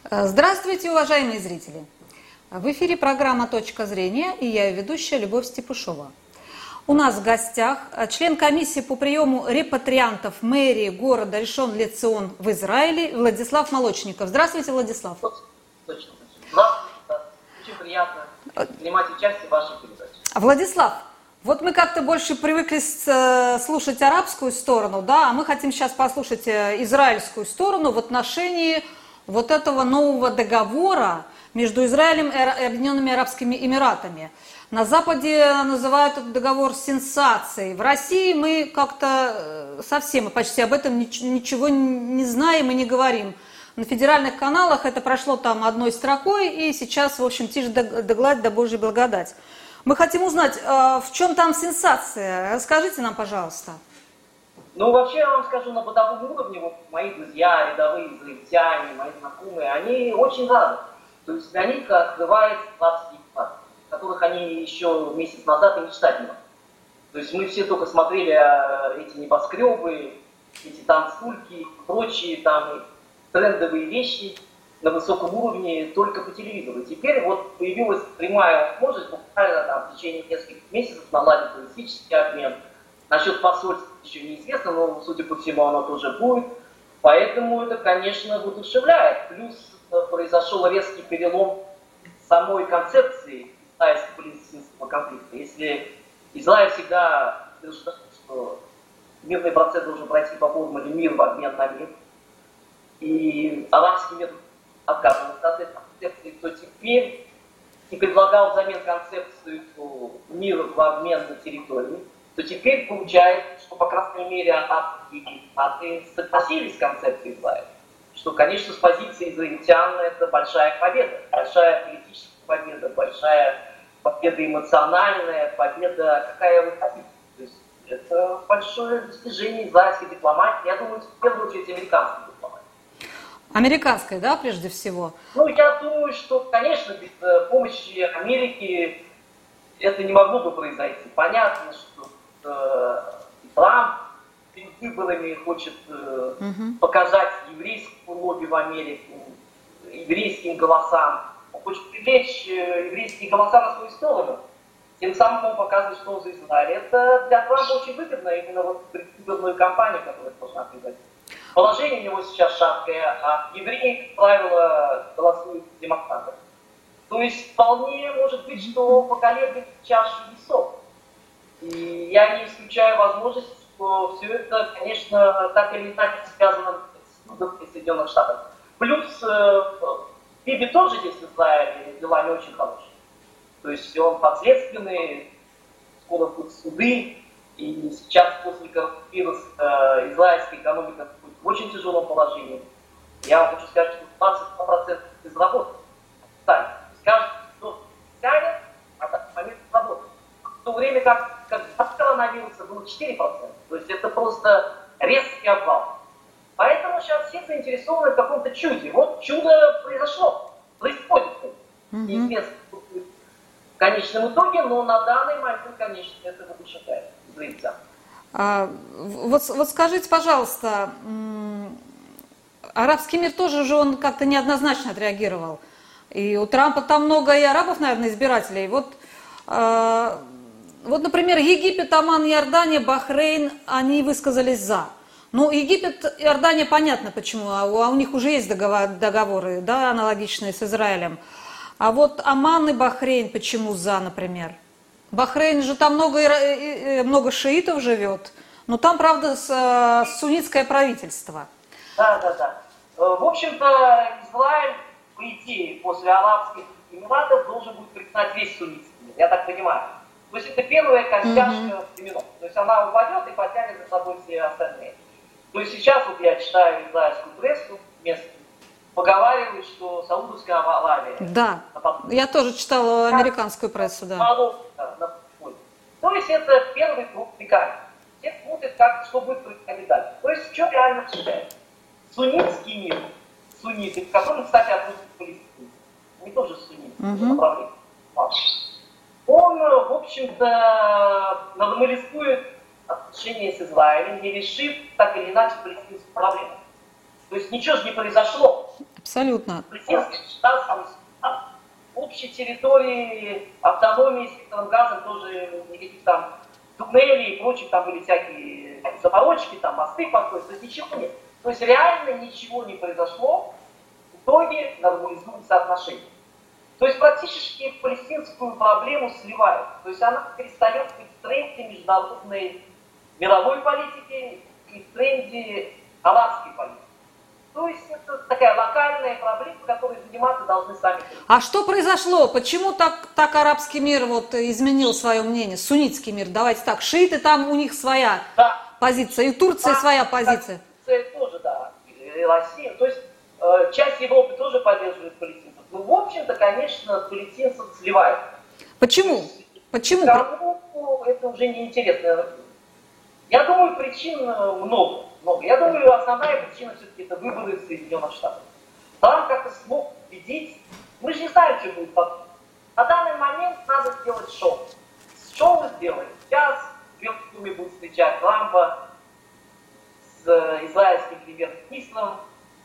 Здравствуйте, уважаемые зрители! В эфире программа «Точка зрения» и я, ее ведущая Любовь Степушова. У нас в гостях член комиссии по приему репатриантов мэрии города Ришон-ле-Цион в Израиле Владислав Молочников. Здравствуйте, Владислав. Точно. Здравствуйте. Очень приятно принимать участие в вашей передаче. Владислав, вот мы как-то больше привыкли слушать арабскую сторону, да, а мы хотим сейчас послушать израильскую сторону в отношении вот этого нового договора между Израилем и Объединенными Арабскими Эмиратами. На Западе называют этот договор сенсацией. В России мы как-то совсем, почти об этом ничего не знаем и не говорим. На федеральных каналах это прошло там одной строкой, и сейчас, в общем, тишь да гладь, да Божья благодать. Мы хотим узнать, в чем там сенсация. Расскажите нам, пожалуйста. Ну, вообще, я вам скажу, на бытовом уровне, вот мои друзья, рядовые израильтяне, мои знакомые, они очень рады. То есть для них открывается арабский факт, которых они еще месяц назад и мечтать не могли. То есть мы все только смотрели эти небоскребы, эти танцульки и прочие там трендовые вещи на высоком уровне только по телевизору. Теперь вот появилась прямая возможность буквально там, в течение нескольких месяцев наладить туристический обмен. Насчет посольства еще неизвестно, но, судя по всему, оно тоже будет. Поэтому это, конечно, воодушевляет. Плюс произошел резкий перелом самой концепции израильско-палестинского конфликта. Если Израиль всегда утверждал, что мирный процесс должен пройти по формуле мир в обмен на мир, и арабский мир отказывался от этой концепции, то теперь и предлагал взамен концепцию мира в обмен на территории, то теперь получается, что, по крайней мере, арабские штаты согласились с концепцией Израиля, что, конечно, с позиции израильтян это большая победа, большая политическая победа, большая победа эмоциональная, победа, какая вы хотите. То есть это большое достижение израильской дипломатии, я думаю, в первую очередь американской дипломатии. Американской, да, прежде всего? Ну, я думаю, что, конечно, без помощи Америки это не могло бы произойти. Понятно, что Трамп перед выборами хочет показать еврейскому лобби в Америке, еврейским голосам. Он хочет привлечь еврейские голоса на свою сторону. Тем самым он показывает, что он за Израиль. Это для Трампа очень выгодно, именно вот предвыборную кампанию, которая должна произойти. Положение у него сейчас шаткое, а евреи, как правило, голосуют демократов. То есть вполне может быть, что поколеблет чашу весов. И я не исключаю возможность, что все это, конечно, так или иначе связано с выборами Соединенных Штатов. Плюс Биби тоже здесь в Израиле делами очень хорошие. То есть он подследственный, скоро будут суды, и сейчас после коронавируса израильская экономика будет в очень тяжелом положении. Я вам хочу сказать, что 22% безработных. Скажут, что тянет, а так момент работы. В то время как до коронавируса было 4%. То есть это просто резкий обвал. Поэтому сейчас все заинтересованы в каком-то чуде. Вот чудо произошло. Происходит. Неизвестно в конечном итоге, но на данный момент, конечно, это воодушевляет израильтян. Вот скажите, пожалуйста, арабский мир тоже уже он как-то неоднозначно отреагировал. И у Трампа там много и арабов, наверное, избирателей. Вот, например, Египет, Оман, Иордания, Бахрейн, они высказались за. Ну, Египет, Иордания, понятно почему, а у них уже есть договоры, да, аналогичные с Израилем. А вот Оман и Бахрейн почему за, например? Бахрейн же там много шиитов живет, но там, правда, суннитское правительство. Да. В общем-то, Израиль, по идее, после Арабских Эмиратов должен будет признать весь суннитский мир, я так понимаю. То есть это первая костяшка домино. То есть она упадет и потянет за собой все остальные. То есть сейчас вот я читаю израильскую прессу местную, поговаривают, что Саудовская Аравия... Да, я тоже читала американскую прессу, да. То есть это первый круг приказ. Все смотрят, что будет происходить дальше. То есть что реально ожидает? Суннитский мир, сунниты, к которым, кстати, относятся палестинцы, они тоже сунниты, направление. Он, в общем-то, нормализует отношения с Израилем, не решив так или иначе палестинскую проблему. То есть ничего же не произошло. Абсолютно. Палестинское государство, общей территории, автономии с сектором Газа, тоже никаких там туннелей и прочих, там были всякие заморочки, там мосты построить, то есть ничего нет. То есть реально ничего не произошло, в итоге нормализуются отношения. То есть практически палестинскую проблему сливают. То есть она перестает быть в тренде международной мировой политики и в тренде арабской политики. То есть это такая локальная проблема, которой заниматься должны сами. А что произошло? Почему так арабский мир вот изменил свое мнение? Суннитский мир, давайте так. Шииты там у них своя позиция, и в Турции своя позиция. Турция тоже, да, и Россия. То есть часть Европы тоже поддерживает палестинцев. Ну, в общем-то, конечно, палестинцев сливают. Почему? Почему? Кому это уже неинтересно. Я думаю, причин много. Я думаю, основная причина все-таки это выборы в Соединенных Штатах. Трамп как-то смог убедить. Мы же не знаем, что будет потом. На данный момент надо сделать шоу. Шоу мы сделаем. Сейчас в Белом доме будут встречать Трампа с израильским премьер-министром.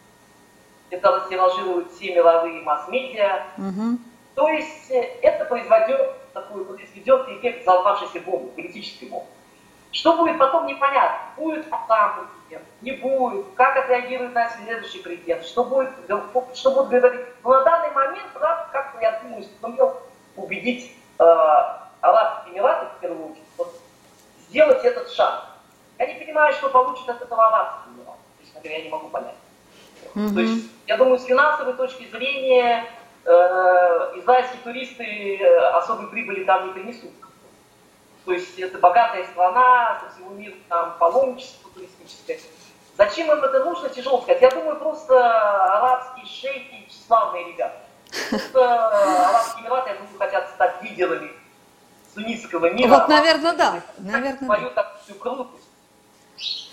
Это растиражируют все мировые масс-медиа. То есть это произведет эффект взорвавшейся бомбы, политической бомбы. Что будет потом, непонятно. Будет Трамп президент, не будет, как отреагирует на следующий президент, что будет говорить. Но на данный момент Трамп, как-то, я думаю, сумел убедить Арабские Эмираты, в первую очередь, сделать этот шаг. Я не понимаю, что получит от этого Арабские Эмираты. То есть, например, я не могу понять. То есть, я думаю, с финансовой точки зрения израильские туристы особой прибыли там не принесут. То есть это богатая страна, со всего мира там паломничество туристическое. Зачем им это нужно, тяжело сказать. Я думаю, просто арабские шейхи тщеславные ребята. Просто Арабские Эмираты, я думаю, хотят стать лидерами суннитского мира. Вот, наверное, да. Свою такую крутость.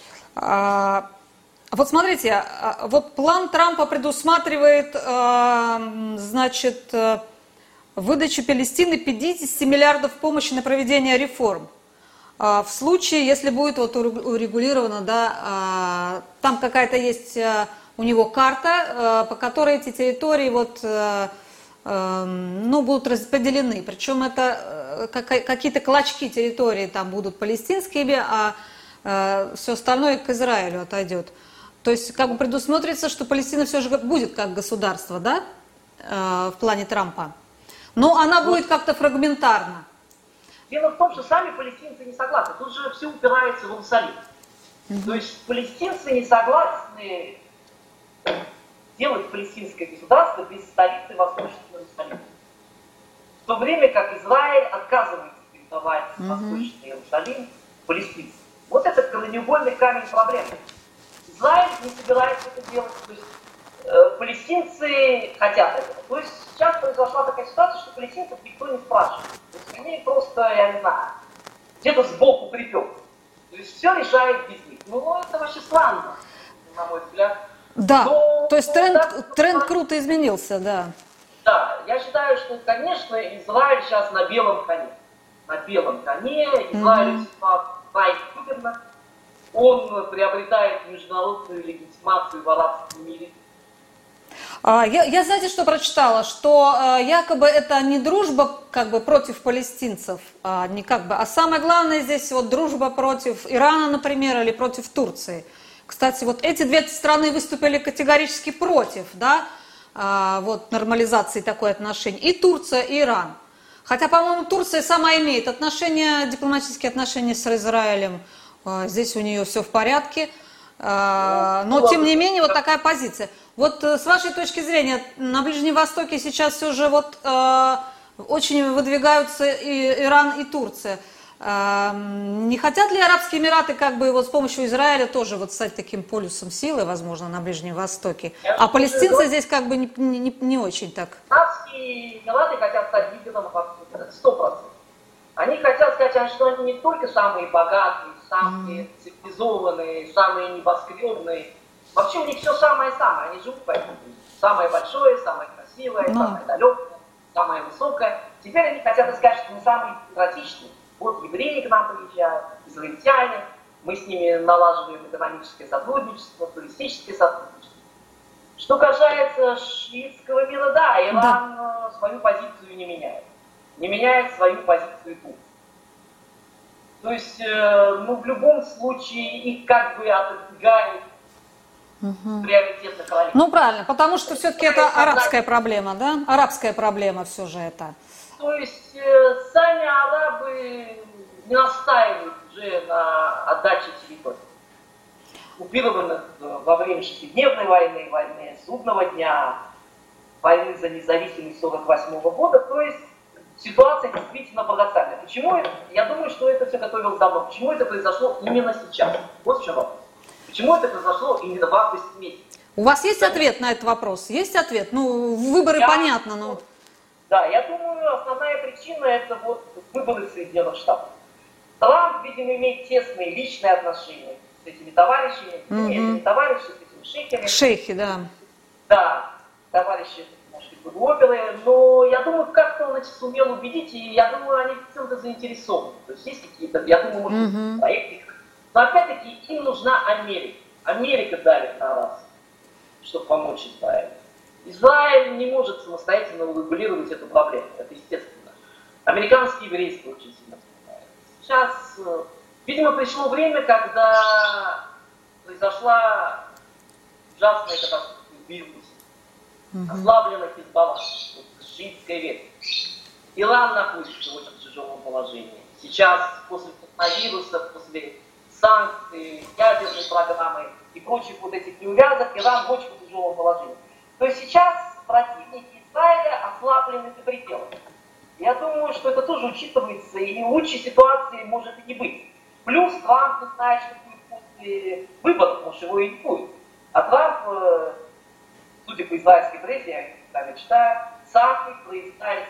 Вот смотрите, вот план Трампа предусматривает, значит, выдачу Палестины 50 миллиардов помощи на проведение реформ. В случае, если будет вот урегулировано, да, там какая-то есть у него карта, по которой эти территории вот, ну, будут распределены. Причем это какие-то клочки территории там будут палестинскими, а все остальное к Израилю отойдет. То есть как бы предусмотрится, что Палестина все же будет как государство, да, в плане Трампа. Но она будет как-то фрагментарна. Дело в том, что сами палестинцы не согласны. Тут же все упирается в Иерусалим. То есть палестинцы не согласны делать палестинское государство без столицы Восточного Иерусалима. В то время как Израиль отказывается передавать Восточный Иерусалим палестинцам. Вот это краеугольный камень проблемы. Израиль не собирается это делать. То есть палестинцы хотят этого. То есть сейчас произошла такая ситуация, что палестинцев никто не спрашивает. То есть они просто, я не знаю, где-то сбоку припек. То есть все решает без них. Ну, это вообще странно, на мой взгляд. Да, то есть тренд круто изменился, да. Да, я считаю, что, конечно, Израиль сейчас на белом коне. На белом коне. Израиль ситуация выгодна. Он приобретает международную легитимацию в арабском мире. Я знаете, что прочитала? Что якобы это не дружба как бы против палестинцев, не как бы, а самое главное здесь вот дружба против Ирана, например, или против Турции. Кстати, вот эти две страны выступили категорически против, да, вот нормализации такой отношений. И Турция, и Иран. Хотя, по-моему, Турция сама имеет дипломатические отношения с Израилем. Здесь у нее все в порядке. Но, тем не менее, вот такая позиция. Вот с вашей точки зрения, на Ближнем Востоке сейчас все же вот очень выдвигаются и Иран, и Турция. Не хотят ли Арабские Эмираты как бы вот с помощью Израиля тоже вот стать таким полюсом силы, возможно, на Ближнем Востоке? А палестинцы здесь как бы не очень так. Арабские Эмираты хотят стать лидером 100%. Они хотят сказать, что они не только самые богатые, самые цивилизованные, самые небоскребные. Вообще у них все самое-самое. Они живут поэтому. Самое большое, самое красивое, самое далекое, самое высокое. Теперь они хотят сказать, что мы самые демократичные. Вот евреи к нам приезжают, израильтяне. Мы с ними налаживаем экономическое сотрудничество, туристическое сотрудничество. Что касается шиитского мира, да, Иран свою позицию не меняет. Не меняет свою позицию тут. То есть, ну, в любом случае, их как бы отодвигают приоритетных ролей. Ну, правильно, потому что все-таки это арабская проблема, да? Арабская проблема все же это. То есть, сами арабы не настаивают уже на отдаче территорий, оккупированных во время шестидневной войны, войны Судного дня, войны за независимость 1948 года. То есть, ситуация действительно парадоксальная. Почему? Я думаю, что это все готовилось давно. Почему это произошло именно сейчас? Вот в чем вопрос. Почему это произошло именно в августе месяце? У вас есть ответ на этот вопрос? Есть ответ? Ну, выборы понятно, но... Да, я думаю, основная причина это вот выборы Соединенных Штатов. Трамп, видимо, имеет тесные личные отношения с этими товарищами, этими товарищами, с этими шейхами. Шейхи, да. Да, товарищи, может быть, оперы, но я думаю, как-то он сумел убедить, и я думаю, они в чем-то заинтересованы. То есть есть какие-то, я думаю, может быть, проекты. Но опять-таки им нужна Америка. Америка давит на нас, чтобы помочь Израилю. Израиль не может самостоятельно урегулировать эту проблему, это естественно. Американские еврейство очень сильно помогает. Сейчас, видимо, пришло время, когда произошла ужасная катастрофа в Бейруте. Ослаблена Хизбалла, шиитская ветвь. Иран находится в очень тяжелом положении. Сейчас, после коронавируса, после санкций, ядерной программы и прочих вот этих неувязок, Иран в очень тяжелом положении. То есть сейчас противники Израиля ослаблены до предела. Я думаю, что это тоже учитывается, и лучшей ситуации может и не быть. Плюс Трамп не знает, что будет после выборов, потому что его и не будет. А Трамп, судя по израильской прессе, я там читаю, самый произраильский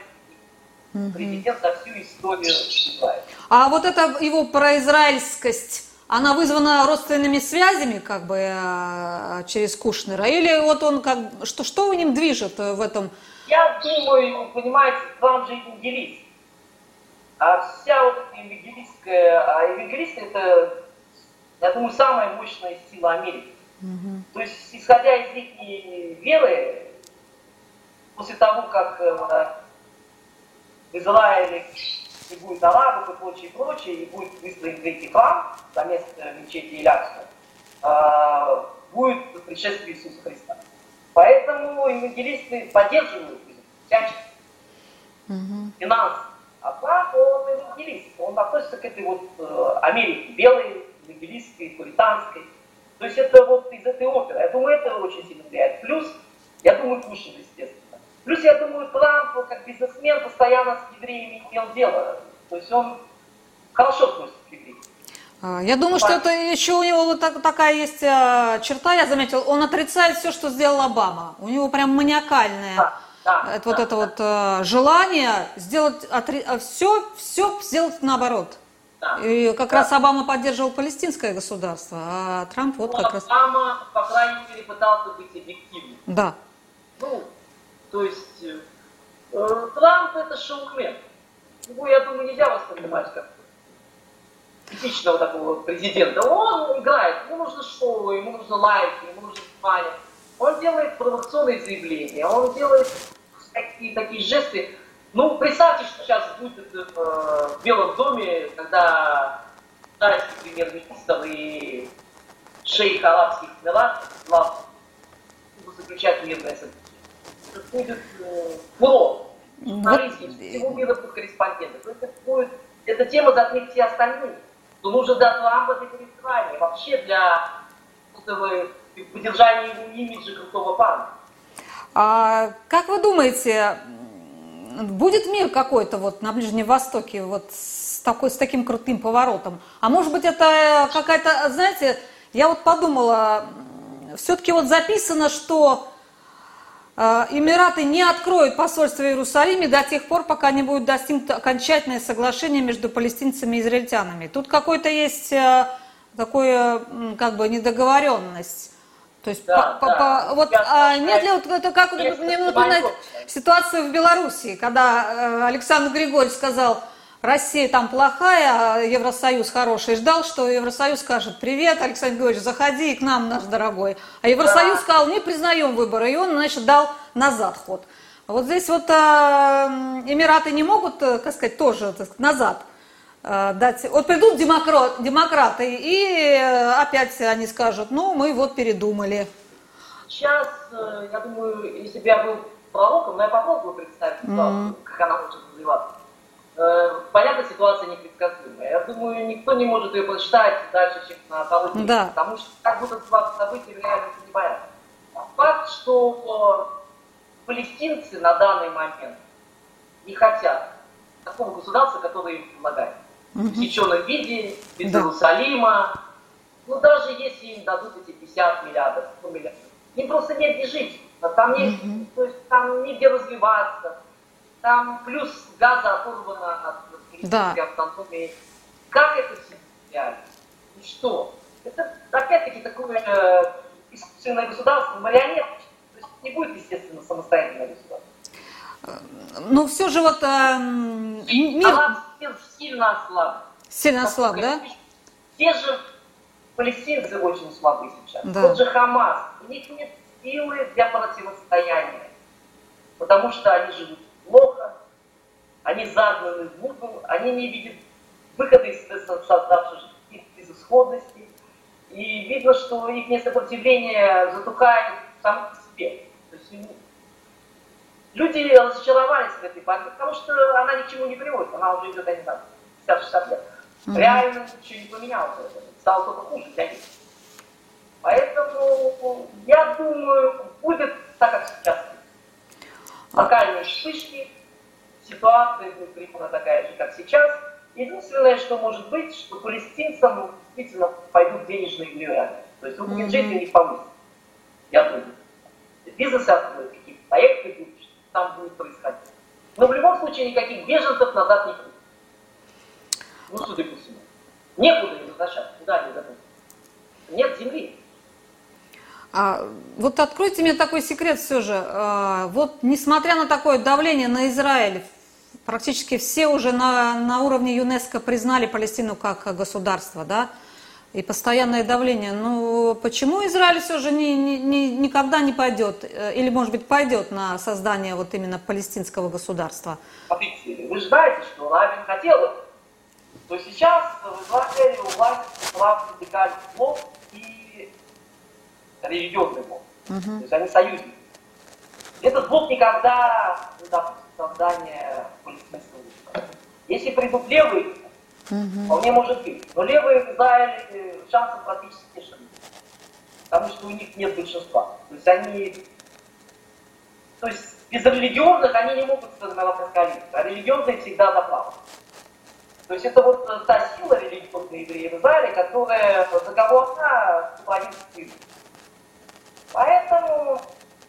президент за всю историю Израиля. А вот эта его произраильскость, она вызвана родственными связями, как бы, через Кушнера? Или вот он, как, что в ним движет в этом? Я думаю, понимаете, Трамп же евангелист. А вся вот эта евангелисты это, я думаю, самая мощная сила Америки. То есть, исходя из их веры, после того, как в Израиле и будет арабов и прочее, и будет выстроен третий храм за место мечети Илякса, будет пришествие Иисуса Христа. Поэтому евангелисты поддерживают всячески финансы. А Трамп, он евангелист, он относится к этой вот Америке, белой, евангелистской, пуританской. То есть это вот из этой оперы. Я думаю, это очень сильно влияет. Плюс, я думаю, Кушнер, естественно. Плюс, я думаю, Трамп, как бизнесмен, постоянно с евреями имел дело. То есть он хорошо относится к евреям. Я думаю, что это еще у него вот такая есть черта, я заметил, он отрицает все, что сделал Обама. У него прям маниакальное желание сделать все сделать наоборот. И как раз Обама поддерживал палестинское государство, а Трамп вот как раз... Обама, по крайней мере, пытался быть объективным. Да. Ну, то есть, Трамп это шоумен. Его, я думаю, нельзя воспринимать как типичного такого президента. Он играет, ему нужно шоу, ему нужно лайки, ему нужно внимание. Он делает провокационные заявления, он делает такие жесты. Ну, представьте, что сейчас будет в Белом доме, когда израильский премьер-министр и шейх арабских эмиратов будут заключать мирное соглашение. Это будет фурор. Журналисты всего мира будут корреспонденты. То есть эта тема затмит все остальные. Но нужно для Трампа для перестроения, вообще для поддержания его имиджа крутого парня. А как вы думаете, будет мир какой-то вот на Ближнем Востоке вот с таким крутым поворотом? А может быть это какая-то, знаете, я вот подумала, все-таки вот записано, что Эмираты не откроют посольство в Иерусалиме до тех пор, пока не будет достигнуто окончательное соглашение между палестинцами и израильтянами. Тут какой-то есть такое, как бы, недоговоренность. То есть, нет ли вот это как мне напоминает ситуацию в Белоруссии, когда Александр Григорьевич сказал: Россия там плохая, а Евросоюз хороший. И ждал, что Евросоюз скажет: привет, Александр Григорьевич, заходи к нам, наш дорогой. А Евросоюз сказал: не признаем выборы, и он, значит, дал назад ход. Вот здесь вот Эмираты не могут, как сказать, тоже назад дать. Вот придут демократы, и опять они скажут: ну, мы вот передумали. Сейчас, я думаю, если бы я был пророком, но я попробую представить ситуацию, как она может развиваться. Понятно, ситуация непредсказуемая. Я думаю, никто не может ее прочитать дальше, чем на половине. Да. Потому что как будут события в реальности не понятно. Факт, что палестинцы на данный момент не хотят такого государства, которое им предлагает. В усеченном виде, без Иерусалима. Ну, даже если им дадут эти 50 миллиардов, 100 миллиардов, им просто негде жить. Там есть, то есть там негде развиваться. Там плюс Газа оторвана от палестинской автономии. Как это все реально? И что? Это опять-таки такое искусственное государство, марионетка. То есть не будет, естественно, самостоятельное государство. Ну, все же вот мир... Она сильно ослабла. Сильно ослаб, да? Те же палестинцы очень слабы сейчас. Тот же Хамас. У них нет силы для противостояния. Потому что они живут плохо, они загнаны в угол, они не видят выхода из создавшей безысходности. И видно, что их несопротивление затухает сам по себе. То есть люди разочаровались в этой партии, потому что она ни к чему не приводит. Она уже идет, я не знаю, 50-60 лет. Реально ничего не поменялось. Стало только хуже для них. Поэтому, я думаю, будет так, как сейчас. Локальные вспышки, ситуация будет примерно такая же, как сейчас. Единственное, что может быть, что палестинцам действительно пойдут денежные миллиарды. То есть уровень жизни у них повысится. Я думаю. Бизнес откроет, какие-то проекты будут, что там будет происходить. Но в любом случае никаких беженцев назад не будет. Ну, судя по всему. Некуда им возвращаться, куда они вернутся. Нет земли. Вот откройте мне такой секрет все же. Вот несмотря на такое давление на Израиль, практически все уже на уровне ЮНЕСКО признали Палестину как государство, да? И постоянное давление. Ну, почему Израиль все же никогда не пойдет, или, может быть, пойдет на создание вот именно палестинского государства? Смотрите, вы же знаете, что Рабин хотел это. То сейчас в Израиле у власти прав радикальный блок и религиозный блок. То есть они союзники. Этот блок никогда не допустит создания палестинского государства. Если придут левые, вполне может быть. Но левые в Израиле шансов практически нет. Потому что у них нет большинства. То есть они... То есть без религиозных они не могут сформировать коалицию. А религиозные всегда за право. То есть это вот та сила религиозной евреев в Израиле, которая договорна с правительством. Поэтому...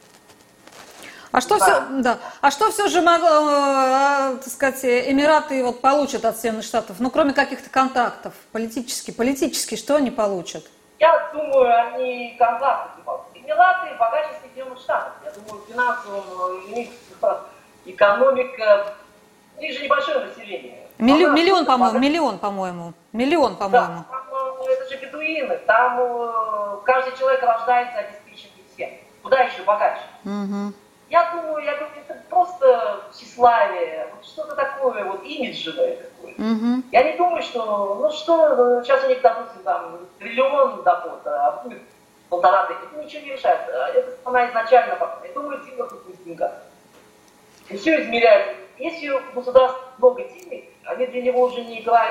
А что все же могло, так сказать, Эмираты вот получат от Соединенных Штатов, ну кроме каких-то контактов, политически, что они получат? Я думаю, они контакты получат. Эмираты богаче Соединенных Штатов. Я думаю, финансово у них экономика, у них же небольшое население. Миллион, по-моему. Да, это же бедуины, там каждый человек рождается обеспеченный всем. Куда еще богаче? Я думаю, это просто тщеславие, вот что-то такое, вот имиджевое какое-то. Я не думаю, что, сейчас у них, допустим, там триллион дохода, а будет 1,5 тысячи, это ничего не решает. Это страна изначально потом. Я думаю, дело тут в деньгах. И все измеряется. Если у государства много денег, они для него уже не играют,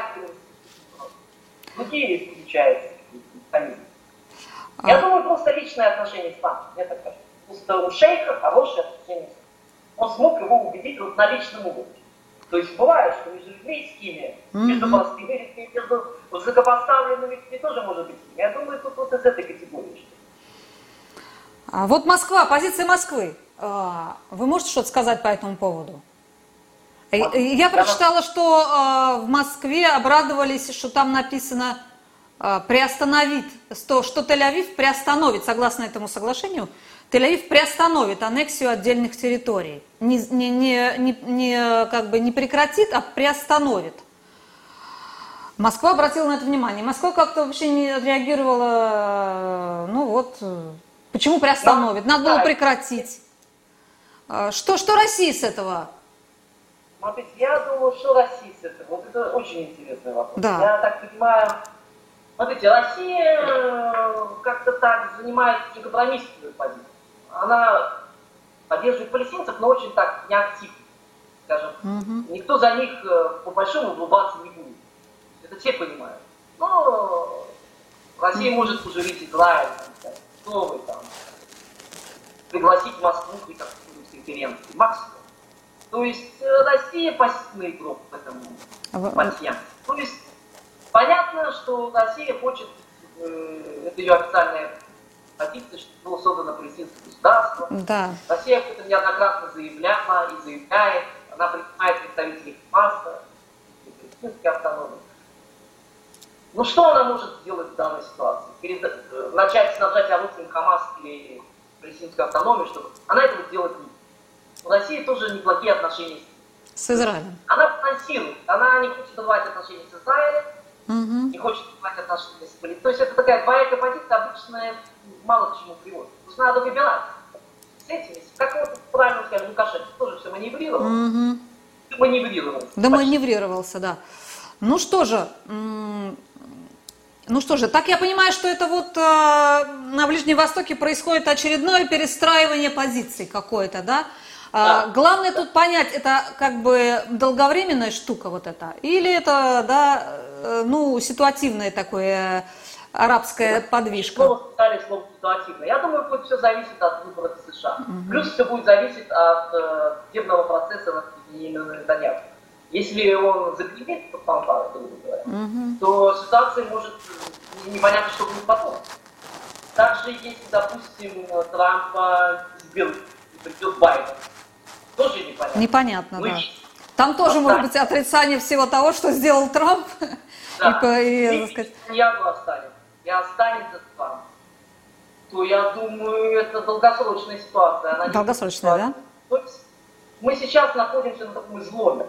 другие включаются. Я думаю, просто личное отношение с нами, мне так кажется. Просто у шейха хорошие отношения. Он смог его убедить вот на личном уровне. То есть бывает, что между еврейскими, между простыми людьми, между высокопоставленными людьми тоже может быть. Я думаю, тут вот из этой категории. Вот Москва, позиция Москвы. Вы можете что-то сказать по этому поводу? Я прочитала, что в Москве обрадовались, что там написано приостановить, что Тель-Авив приостановит, согласно этому соглашению, Тель-Авив приостановит аннексию отдельных территорий. Не прекратит, а приостановит. Москва обратила на это внимание. Москва как-то вообще не реагировала, ну вот, почему приостановит? Надо было прекратить. Что Россия с этого? Смотрите, я думаю, что Россия с этого. Вот это очень интересный вопрос. Да. Я так понимаю, смотрите, Россия как-то так занимает компромиссную позицию. Она поддерживает палестинцев, но очень так неактивно, скажем. Никто за них по большому улыбаться не будет. Это все понимают. Но Россия может пожурить Израиль, новый там, пригласить Москву к конференции, максимум. То есть Россия пассивный игрок в этом пассиансе. То есть понятно, что Россия хочет, это ее официальная позиция, что было создано палестинское государство. Да. Россия об этом неоднократно заявляла и заявляет. Она принимает представителей Хамаса, палестинской автономии. Ну что она может сделать в данной ситуации? Начать снабжать оружием Хамас или палестинскую автономию, чтобы она этого делать не может. У России тоже неплохие отношения с Израилем. Она балансирует. Она не хочет развивать отношения с Израилем, не хочет развивать отношения с Палестиной. То есть это такая двоякая позиция, обычно мало к чему приводит. То есть надо выбирать с этими. Как вот правильно сказали, Лукашенко тоже все маневрировал. Маневрировался, да. Ну что же, так я понимаю, что это вот на Ближнем Востоке происходит очередное перестраивание позиций какое-то, да? Да. Главное тут понять, это как бы долговременная штука вот эта, или это, да, ну, ситуативная такая арабская подвижка? Слово ситуативно. Я думаю, тут все зависит от выборов США. Плюс все будет зависеть от судебного процесса над Нетаньяху. Если он загремит по фанфаре, то ситуация может непонятно, что будет потом. Также, если, допустим, Трампа изберут и придет Байден, тоже непонятно. Непонятно, да. Там тоже может быть отрицание всего того, что сделал Трамп. Да. Если Нетаньяху останется, и останется Трамп, то я думаю, это долгосрочная ситуация. Она долгосрочная, да? То есть мы сейчас находимся на таком изломе.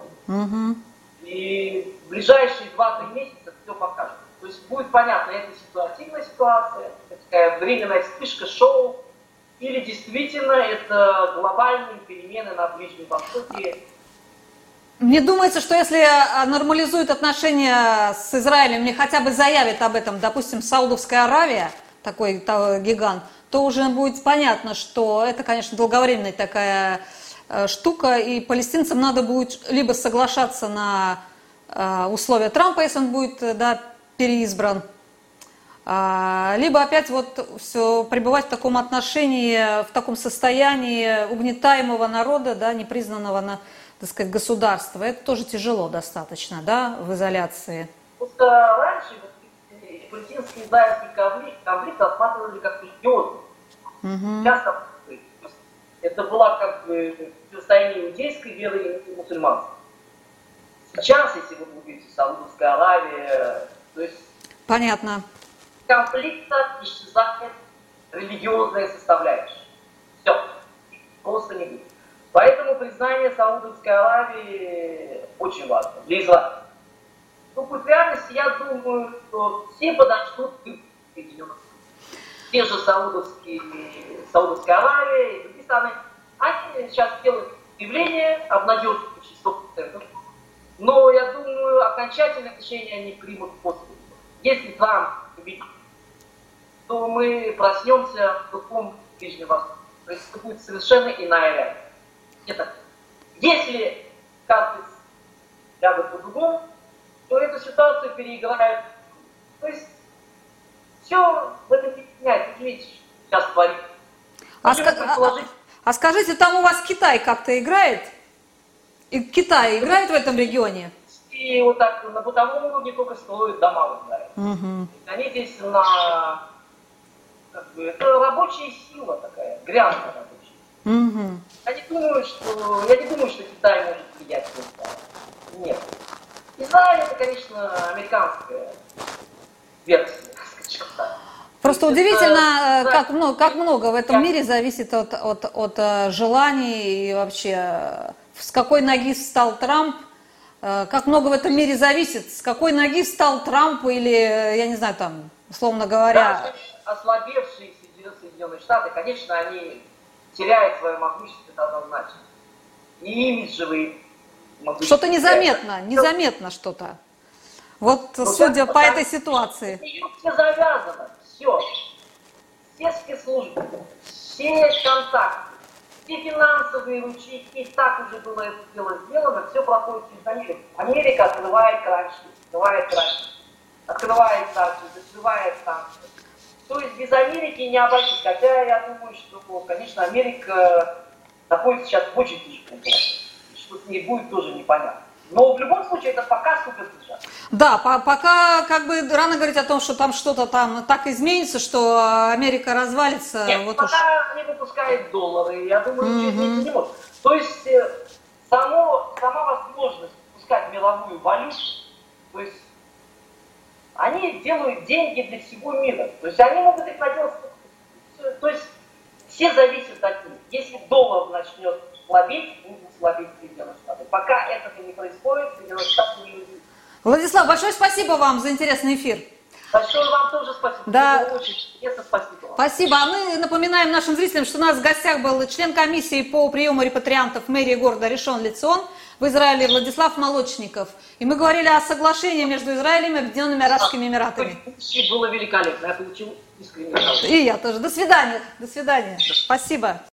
И в ближайшие 2-3 месяца все покажет. То есть будет понятно, это ситуативная ситуация, такая временная вспышка, шоу, или действительно это глобальные перемены на Ближнем Востоке. Мне думается, что если нормализуют отношения с Израилем, или хотя бы заявит об этом, допустим, Саудовская Аравия, такой гигант, то уже будет понятно, что это, конечно, долговременная такая штука, и палестинцам надо будет либо соглашаться на условия Трампа, если он будет, да, переизбран, либо опять вот все пребывать в таком отношении, в таком состоянии угнетаемого народа, да, непризнанного, так сказать, государства. Это тоже тяжело достаточно, да, в изоляции. Просто раньше палестинско-израильский конфликт рассматривали как религиозный. Часто это была как бы состояние иудейской веры и мусульманской. Сейчас, если вы будете Саудовская Аравия, то есть понятно. Конфликта исчезает религиозная составляющая. Все. Просто не будет. Поэтому признание Саудовской Аравии очень важно для Израиля. Ну, в реальности, я думаю, что все подождут к Соединенных Штатов. Те же Саудовская Аравия и другие страны, они сейчас делают заявление, обнадеживающее 100%. Но, я думаю, окончательное решение они примут после. Если Трамп победит, то мы проснемся в другом Ближнем Востоке. То есть это будет совершенно иная реальность. Это. Если карты лягут по-другому, то эту ситуацию переиграет. То есть все в этом не меняется. Видите, сейчас творится. А скажите, там у вас Китай как-то играет? И Китай играет в этом регионе? И вот так на бытовом уровне только строят дома, знаете. Они здесь это рабочая сила такая, грязная рабочая. Я не думаю, что Китай может влиять на Израиль. Нет. Израиль это, конечно, американская версия, скажем так. Просто удивительно, как много в этом мире зависит от желаний и вообще, с какой ноги встал Трамп, как много в этом мире зависит, с какой ноги встал Трамп или, я не знаю, там, условно говоря... Да, ослабевшие Соединенные Штаты, конечно, они теряют свое могущество, это однозначно. И имиджевые могущества. Что-то незаметно что-то. Вот, судя по этой ситуации. Все завязано, все. Все спецслужбы, все контакты, все финансовые ручейки, и так уже было это дело сделано, все проходит через Америку. Америка открывает раньше, открывает санкции, закрывает санкции. То есть без Америки не обойтись. Хотя я думаю, что, конечно, Америка находится сейчас в очень тяжелом положении. Что с ней будет, тоже непонятно. Но в любом случае это пока супер держава. Да, пока как бы рано говорить о том, что там что-то там так изменится, что Америка развалится. Нет, вот пока не выпускает доллары, я думаю, ничего измениться не может. То есть сама возможность выпускать мировую валюту, то есть они делают деньги для всего мира. То есть они могут их наделать. То есть все зависят от них. Если доллар начнет слабеть, будут слабеть Соединенные Штаты. Пока этого не происходит, Соединенные Штаты не увидят. Владислав, большое спасибо вам за интересный эфир. Большое вам тоже спасибо. Да. Было очень интересно, спасибо вам. Спасибо. А мы напоминаем нашим зрителям, что у нас в гостях был член комиссии по приему репатриантов мэрии города Ришон Ле-Цион в Израиле Владислав Молочников. И мы говорили о соглашении между Израилем и Объединенными Арабскими Эмиратами. Было великолепно. Я получил искреннее удовольствие. И я тоже. До свидания. До свидания. Спасибо.